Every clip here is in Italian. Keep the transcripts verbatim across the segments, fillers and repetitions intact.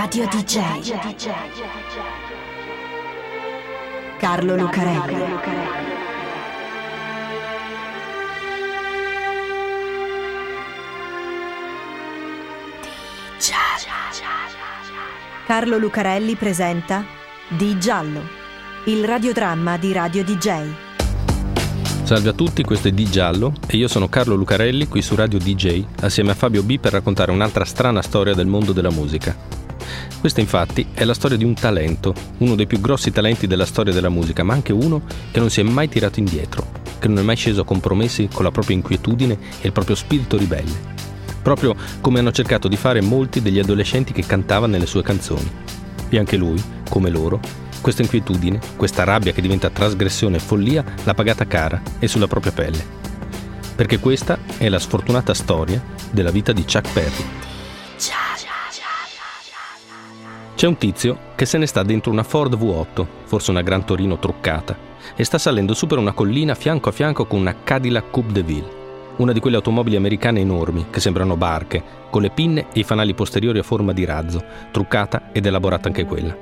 Radio D J Carlo Lucarelli. Carlo Lucarelli presenta Di Giallo, il radiodramma di Radio D J. Salve a tutti, questo è Di Giallo e io sono Carlo Lucarelli qui su Radio D J assieme a Fabio B per raccontare un'altra strana storia del mondo della musica. Questa infatti è la storia di un talento, uno dei più grossi talenti della storia della musica, ma anche uno che non si è mai tirato indietro, che non è mai sceso a compromessi con la propria inquietudine e il proprio spirito ribelle. Proprio come hanno cercato di fare molti degli adolescenti che cantavano nelle sue canzoni. E anche lui, come loro, questa inquietudine, questa rabbia che diventa trasgressione e follia, l'ha pagata cara e sulla propria pelle. Perché questa è la sfortunata storia della vita di Chuck Berry. C'è un tizio che se ne sta dentro una Ford V otto, forse una Gran Torino truccata, e sta salendo su per una collina fianco a fianco con una Cadillac Coupe de Ville. Una di quelle automobili americane enormi, che sembrano barche, con le pinne e i fanali posteriori a forma di razzo, truccata ed elaborata anche quella.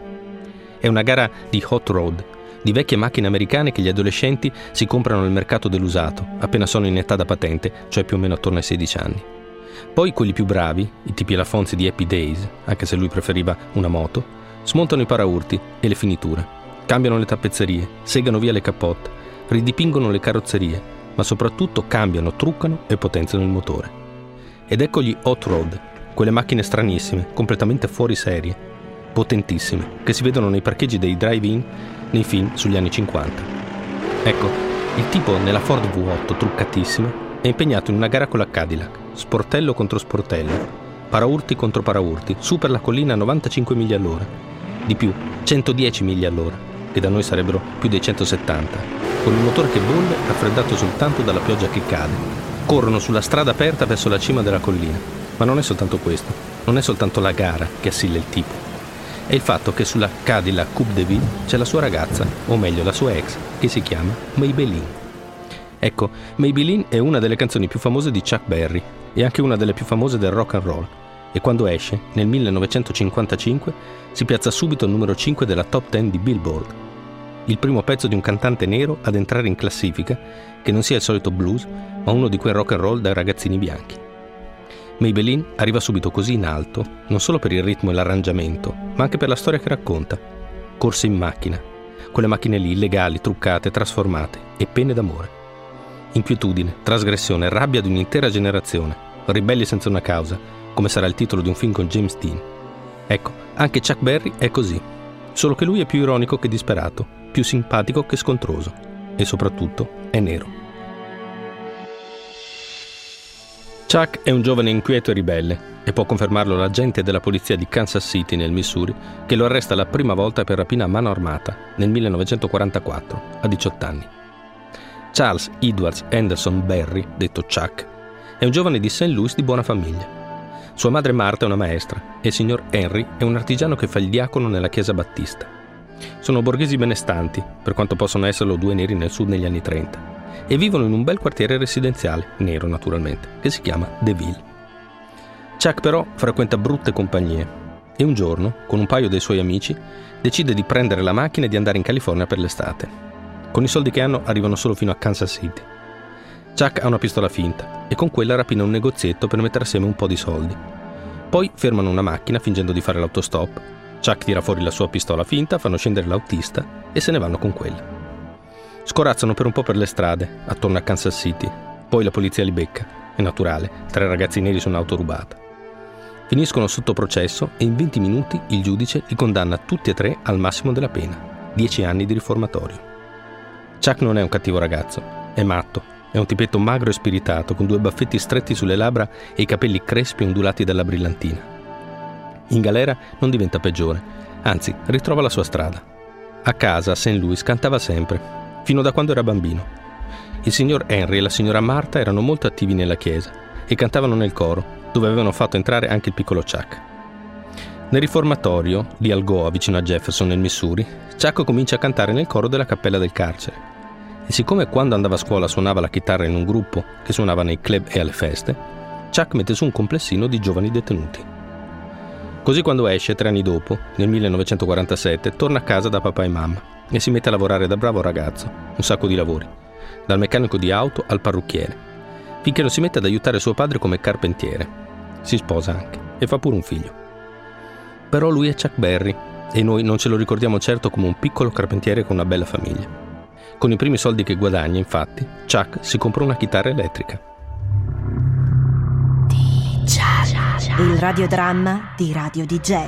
È una gara di hot rod, di vecchie macchine americane che gli adolescenti si comprano nel mercato dell'usato, appena sono in età da patente, cioè più o meno attorno ai sedici anni. Poi quelli più bravi, i tipi alla Fonzi di Happy Days, anche se lui preferiva una moto, smontano i paraurti e le finiture, cambiano le tappezzerie, segano via le cappotte, ridipingono le carrozzerie, ma soprattutto cambiano, truccano e potenziano il motore. Ed ecco gli hot rod, quelle macchine stranissime, completamente fuori serie, potentissime, che si vedono nei parcheggi dei drive-in nei film sugli anni cinquanta. Ecco, il tipo nella Ford V otto truccatissima è impegnato in una gara con la Cadillac, sportello contro sportello, paraurti contro paraurti, su per la collina a novantacinque miglia all'ora, di più centodieci miglia all'ora, che da noi sarebbero più dei centosettanta, con il motore che bolle, raffreddato soltanto dalla pioggia che cade. Corrono sulla strada aperta verso la cima della collina. Ma non è soltanto questo, non è soltanto la gara che assilla il tipo. È il fatto che sulla Cadillac Coupe de Ville c'è la sua ragazza, o meglio la sua ex, che si chiama Maybelline. Ecco, Maybelline è una delle canzoni più famose di Chuck Berry e anche una delle più famose del rock and roll. E quando esce, nel millenovecentocinquantacinque, si piazza subito al numero cinque della top dieci di Billboard. Il primo pezzo di un cantante nero ad entrare in classifica, che non sia il solito blues, ma uno di quei rock and roll dai ragazzini bianchi. Maybelline arriva subito così in alto, non solo per il ritmo e l'arrangiamento, ma anche per la storia che racconta. Corse in macchina, quelle macchine lì illegali, truccate, trasformate, e pene d'amore. Inquietudine, trasgressione, rabbia di un'intera generazione, ribelli senza una causa, come sarà il titolo di un film con James Dean. Ecco, anche Chuck Berry è così, solo che lui è più ironico che disperato, più simpatico che scontroso e soprattutto è nero. Chuck è un giovane inquieto e ribelle e può confermarlo l'agente della polizia di Kansas City nel Missouri che lo arresta la prima volta per rapina a mano armata nel millenovecentoquarantaquattro a diciotto anni. Charles Edwards Anderson Berry, detto Chuck, è un giovane di Saint Louis di buona famiglia. Sua madre Marta è una maestra e il signor Henry è un artigiano che fa il diacono nella chiesa battista. Sono borghesi benestanti, per quanto possono esserlo due neri nel sud negli anni trenta, e vivono in un bel quartiere residenziale, nero naturalmente, che si chiama DeVille. Chuck però frequenta brutte compagnie e un giorno, con un paio dei suoi amici, decide di prendere la macchina e di andare in California per l'estate. Con i soldi che hanno arrivano solo fino a Kansas City. Chuck ha una pistola finta e con quella rapina un negozietto per mettere assieme un po' di soldi. Poi fermano una macchina fingendo di fare l'autostop. Chuck tira fuori la sua pistola finta, fanno scendere l'autista e se ne vanno con quella. Scorazzano per un po' per le strade, attorno a Kansas City. Poi la polizia li becca. È naturale, tre ragazzi neri su un'auto rubata. Finiscono sotto processo e in venti minuti il giudice li condanna tutti e tre al massimo della pena, dieci anni di riformatorio. Chuck non è un cattivo ragazzo, è matto, è un tipetto magro e spiritato, con due baffetti stretti sulle labbra e i capelli crespi ondulati dalla brillantina. In galera non diventa peggiore, anzi ritrova la sua strada. A casa a Saint Louis cantava sempre, fino da quando era bambino. Il signor Henry e la signora Marta erano molto attivi nella chiesa e cantavano nel coro, dove avevano fatto entrare anche il piccolo Chuck. Nel riformatorio, lì al Goa, vicino a Jefferson nel Missouri, Chuck comincia a cantare nel coro della cappella del carcere. E siccome quando andava a scuola suonava la chitarra in un gruppo che suonava nei club e alle feste, Chuck mette su un complessino di giovani detenuti. Così quando esce, tre anni dopo, nel millenovecentoquarantasette, torna a casa da papà e mamma e si mette a lavorare da bravo ragazzo, un sacco di lavori, dal meccanico di auto al parrucchiere, finché non si mette ad aiutare suo padre come carpentiere. Si sposa anche e fa pure un figlio. Però lui è Chuck Berry e noi non ce lo ricordiamo certo come un piccolo carpentiere con una bella famiglia. Con i primi soldi che guadagna, infatti, Chuck si compra una chitarra elettrica. Il radiodramma di Radio D J.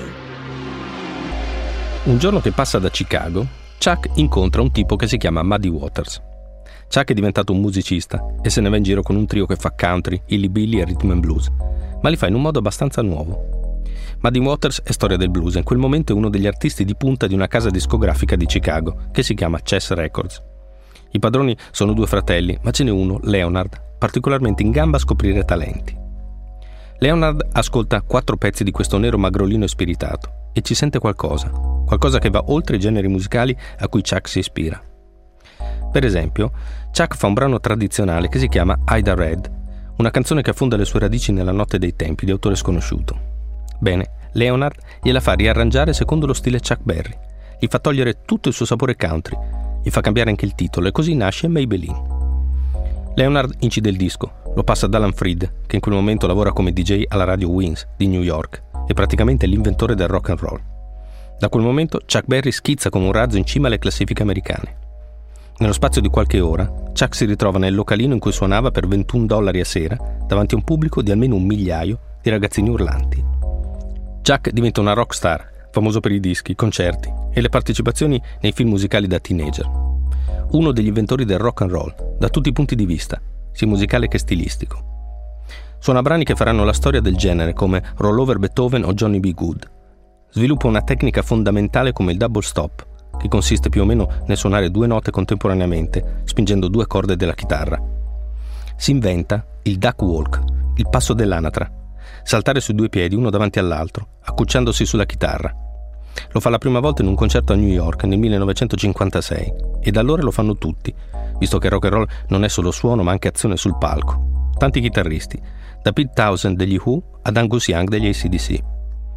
Un giorno che passa da Chicago, Chuck incontra un tipo che si chiama Muddy Waters. Chuck è diventato un musicista e se ne va in giro con un trio che fa country, hillbilly e rhythm and blues, ma li fa in un modo abbastanza nuovo. Muddy Waters è storia del blues e in quel momento è uno degli artisti di punta di una casa discografica di Chicago che si chiama Chess Records. I padroni sono due fratelli, ma ce n'è uno, Leonard, particolarmente in gamba a scoprire talenti. Leonard ascolta quattro pezzi di questo nero magrolino e spiritato e ci sente qualcosa, qualcosa che va oltre i generi musicali a cui Chuck si ispira. Per esempio, Chuck fa un brano tradizionale che si chiama Ida Red, una canzone che affonda le sue radici nella notte dei tempi di autore sconosciuto. Bene, Leonard gliela fa riarrangiare secondo lo stile Chuck Berry, gli fa togliere tutto il suo sapore country, gli fa cambiare anche il titolo e così nasce Maybelline. Leonard incide il disco, lo passa ad Alan Freed, che in quel momento lavora come D J alla radio Wings di New York e praticamente l'inventore del rock and roll. Da quel momento Chuck Berry schizza come un razzo in cima alle classifiche americane. Nello spazio di qualche ora, Chuck si ritrova nel localino in cui suonava per ventuno dollari a sera davanti a un pubblico di almeno un migliaio di ragazzini urlanti. Chuck diventa una rockstar, famoso per i dischi, i concerti e le partecipazioni nei film musicali da teenager. Uno degli inventori del rock and roll, da tutti i punti di vista, sia musicale che stilistico. Suona brani che faranno la storia del genere come Roll Over Beethoven o Johnny B. Good. Sviluppa una tecnica fondamentale come il double stop, che consiste più o meno nel suonare due note contemporaneamente, spingendo due corde della chitarra. Si inventa il duck walk, il passo dell'anatra, saltare su due piedi uno davanti all'altro, accucciandosi sulla chitarra. Lo fa la prima volta in un concerto a New York nel millenovecentocinquantasei e da allora lo fanno tutti, visto che rock and roll non è solo suono ma anche azione sul palco. Tanti chitarristi, da Pete Townshend degli Who ad Angus Young degli A C D C.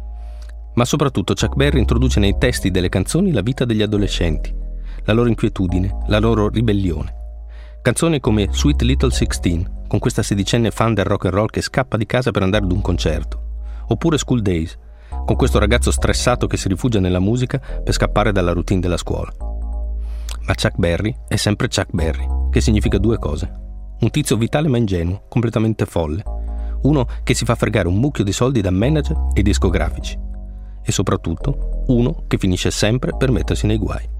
Ma soprattutto Chuck Berry introduce nei testi delle canzoni la vita degli adolescenti, la loro inquietudine, la loro ribellione. Canzoni come Sweet Little Sixteen, con questa sedicenne fan del rock and roll che scappa di casa per andare ad un concerto, oppure School Days, con questo ragazzo stressato che si rifugia nella musica per scappare dalla routine della scuola. Ma Chuck Berry è sempre Chuck Berry, che significa due cose. Un tizio vitale ma ingenuo, completamente folle. Uno che si fa fregare un mucchio di soldi da manager e discografici. E soprattutto, uno che finisce sempre per mettersi nei guai.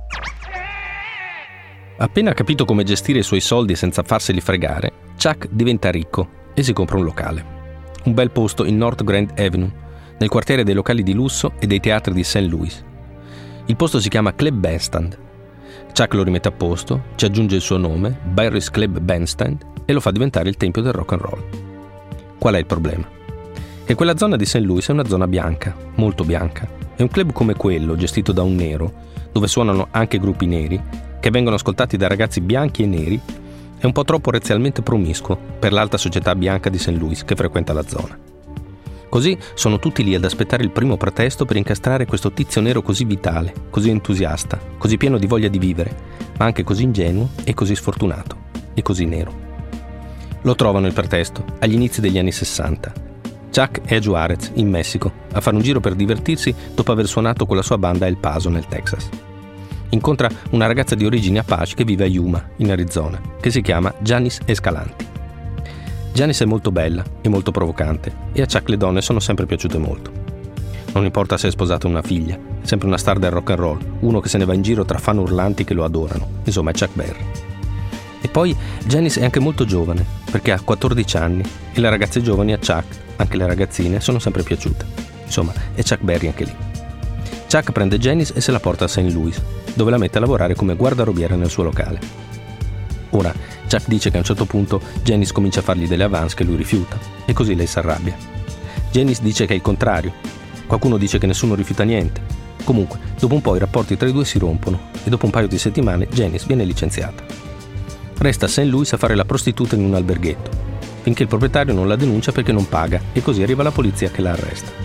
Appena capito come gestire i suoi soldi senza farseli fregare, Chuck diventa ricco e si compra un locale. Un bel posto in North Grand Avenue, nel quartiere dei locali di lusso e dei teatri di Saint Louis. Il posto si chiama Club Bandstand. Chuck lo rimette a posto, ci aggiunge il suo nome, Berry's Club Bandstand, e lo fa diventare il tempio del rock and roll. Qual è il problema? Che quella zona di Saint Louis è una zona bianca, molto bianca. E un club come quello, gestito da un nero, dove suonano anche gruppi neri, che vengono ascoltati da ragazzi bianchi e neri, è un po' troppo razzialmente promiscuo per l'alta società bianca di Saint Louis che frequenta la zona. Così sono tutti lì ad aspettare il primo pretesto per incastrare questo tizio nero così vitale, così entusiasta, così pieno di voglia di vivere, ma anche così ingenuo e così sfortunato, e così nero. Lo trovano il pretesto agli inizi degli anni sessanta. Chuck è a Juarez, in Messico, a fare un giro per divertirsi dopo aver suonato con la sua banda a El Paso, nel Texas. Incontra una ragazza di origini Apache che vive a Yuma, in Arizona, che si chiama Janice Escalante. Janice è molto bella e molto provocante e a Chuck le donne sono sempre piaciute molto. Non importa se è sposata una figlia, è sempre una star del rock and roll, uno che se ne va in giro tra fan urlanti che lo adorano, insomma è Chuck Berry. E poi Janice è anche molto giovane, perché ha quattordici anni e le ragazze giovani a Chuck, anche le ragazzine, sono sempre piaciute. Insomma, è Chuck Berry anche lì. Chuck prende Janice e se la porta a Saint Louis, dove la mette a lavorare come guardarobiera nel suo locale. Ora, Chuck dice che a un certo punto Janice comincia a fargli delle avance che lui rifiuta, e così lei si arrabbia. Janice dice che è il contrario. Qualcuno dice che nessuno rifiuta niente. Comunque, dopo un po' i rapporti tra i due si rompono e dopo un paio di settimane Janice viene licenziata. Resta a Saint Louis a fare la prostituta in un alberghetto, finché il proprietario non la denuncia perché non paga e così arriva la polizia che la arresta.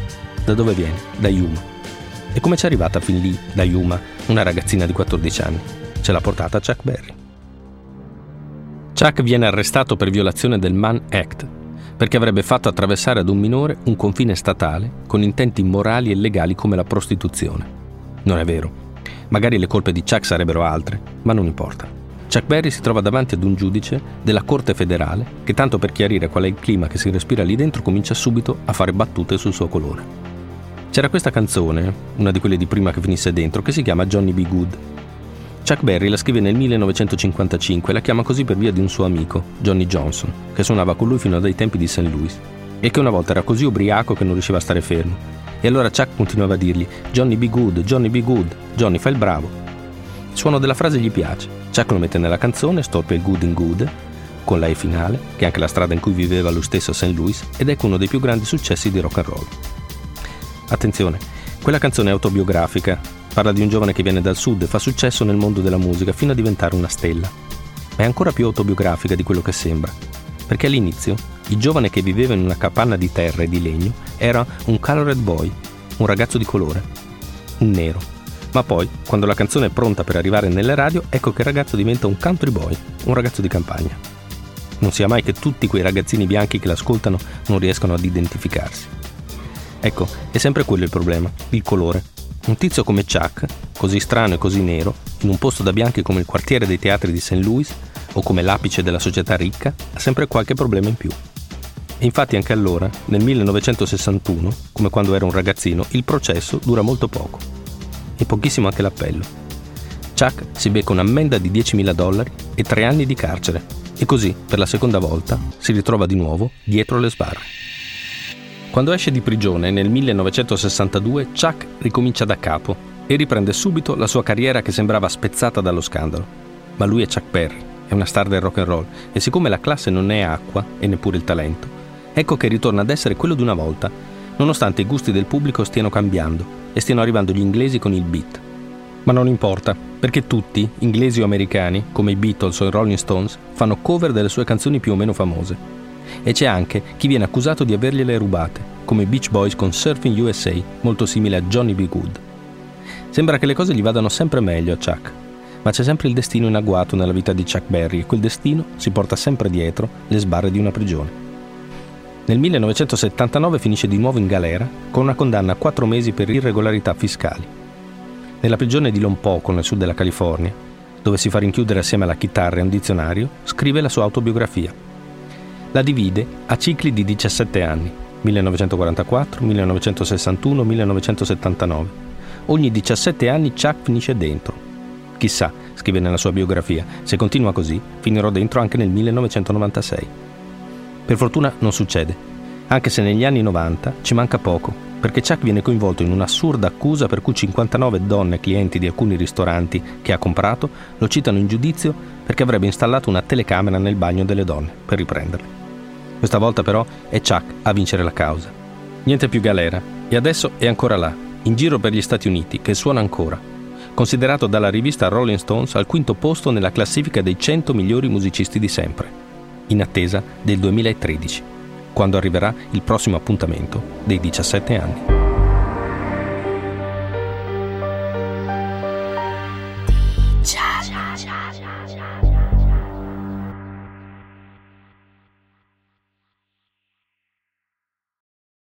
Da dove viene? Da Yuma. E come c'è arrivata fin lì, da Yuma, una ragazzina di quattordici anni? Ce l'ha portata Chuck Berry. Chuck viene arrestato per violazione del Mann Act, perché avrebbe fatto attraversare ad un minore un confine statale con intenti immorali e illegali come la prostituzione. Non è vero. Magari le colpe di Chuck sarebbero altre, ma non importa. Chuck Berry si trova davanti ad un giudice della Corte federale che, tanto per chiarire qual è il clima che si respira lì dentro, comincia subito a fare battute sul suo colore. C'era questa canzone, una di quelle di prima che finisse dentro, che si chiama Johnny B. Good. Chuck Berry la scrive nel millenovecentocinquantacinque e la chiama così per via di un suo amico, Johnny Johnson, che suonava con lui fino dai tempi di Saint Louis, e che una volta era così ubriaco che non riusciva a stare fermo. E allora Chuck continuava a dirgli Johnny B. Good, Johnny B. Good, Johnny fai il bravo. Il suono della frase gli piace. Chuck lo mette nella canzone, storpia il good in good, con la E finale, che è anche la strada in cui viveva lui stesso a Saint Louis, ed ecco uno dei più grandi successi di rock and roll. Attenzione, quella canzone è autobiografica. Parla di un giovane che viene dal sud e fa successo nel mondo della musica fino a diventare una stella. Ma è ancora più autobiografica di quello che sembra, perché all'inizio il giovane che viveva in una capanna di terra e di legno era un colored boy, un ragazzo di colore, un nero. Ma poi, quando la canzone è pronta per arrivare nelle radio, ecco che il ragazzo diventa un country boy, un ragazzo di campagna. Non sia mai che tutti quei ragazzini bianchi che l'ascoltano non riescano ad identificarsi. Ecco, è sempre quello il problema, il colore. Un tizio come Chuck, così strano e così nero, in un posto da bianchi come il quartiere dei teatri di Saint Louis o come l'apice della società ricca, ha sempre qualche problema in più. E infatti anche allora, nel millenovecentosessantuno, come quando era un ragazzino, il processo dura molto poco. E pochissimo anche l'appello. Chuck si becca un'ammenda di diecimila dollari e tre anni di carcere. E così, per la seconda volta, si ritrova di nuovo dietro le sbarre. Quando esce di prigione nel millenovecentosessantadue, Chuck ricomincia da capo e riprende subito la sua carriera che sembrava spezzata dallo scandalo. Ma lui è Chuck Berry, è una star del rock and roll, e siccome la classe non è acqua e neppure il talento, ecco che ritorna ad essere quello di una volta, nonostante i gusti del pubblico stiano cambiando e stiano arrivando gli inglesi con il beat. Ma non importa, perché tutti, inglesi o americani, come i Beatles o i Rolling Stones, fanno cover delle sue canzoni più o meno famose. E c'è anche chi viene accusato di avergliele rubate, come i Beach Boys con Surfing U S A, molto simile a Johnny B. Good. Sembra che le cose gli vadano sempre meglio a Chuck, ma c'è sempre il destino in agguato nella vita di Chuck Berry e quel destino si porta sempre dietro le sbarre di una prigione. Nel millenovecentosettantanove finisce di nuovo in galera con una condanna a quattro mesi per irregolarità fiscali. Nella prigione di Lompoco, nel sud della California, dove si fa rinchiudere assieme alla chitarra e a un dizionario, scrive la sua autobiografia. La divide a cicli di diciassette anni, millenovecentoquarantaquattro, millenovecentosessantuno, millenovecentosettantanove. Ogni diciassette anni Chuck finisce dentro. Chissà, scrive nella sua biografia, se continua così finirò dentro anche nel millenovecentonovantasei. Per fortuna non succede, anche se negli anni novanta ci manca poco, perché Chuck viene coinvolto in un'assurda accusa per cui cinquantanove donne clienti di alcuni ristoranti che ha comprato lo citano in giudizio perché avrebbe installato una telecamera nel bagno delle donne per riprenderle. Questa volta però è Chuck a vincere la causa. Niente più galera, e adesso è ancora là, in giro per gli Stati Uniti, che suona ancora, considerato dalla rivista Rolling Stones al quinto posto nella classifica dei cento migliori musicisti di sempre, in attesa del duemilatredici, quando arriverà il prossimo appuntamento dei diciassette anni.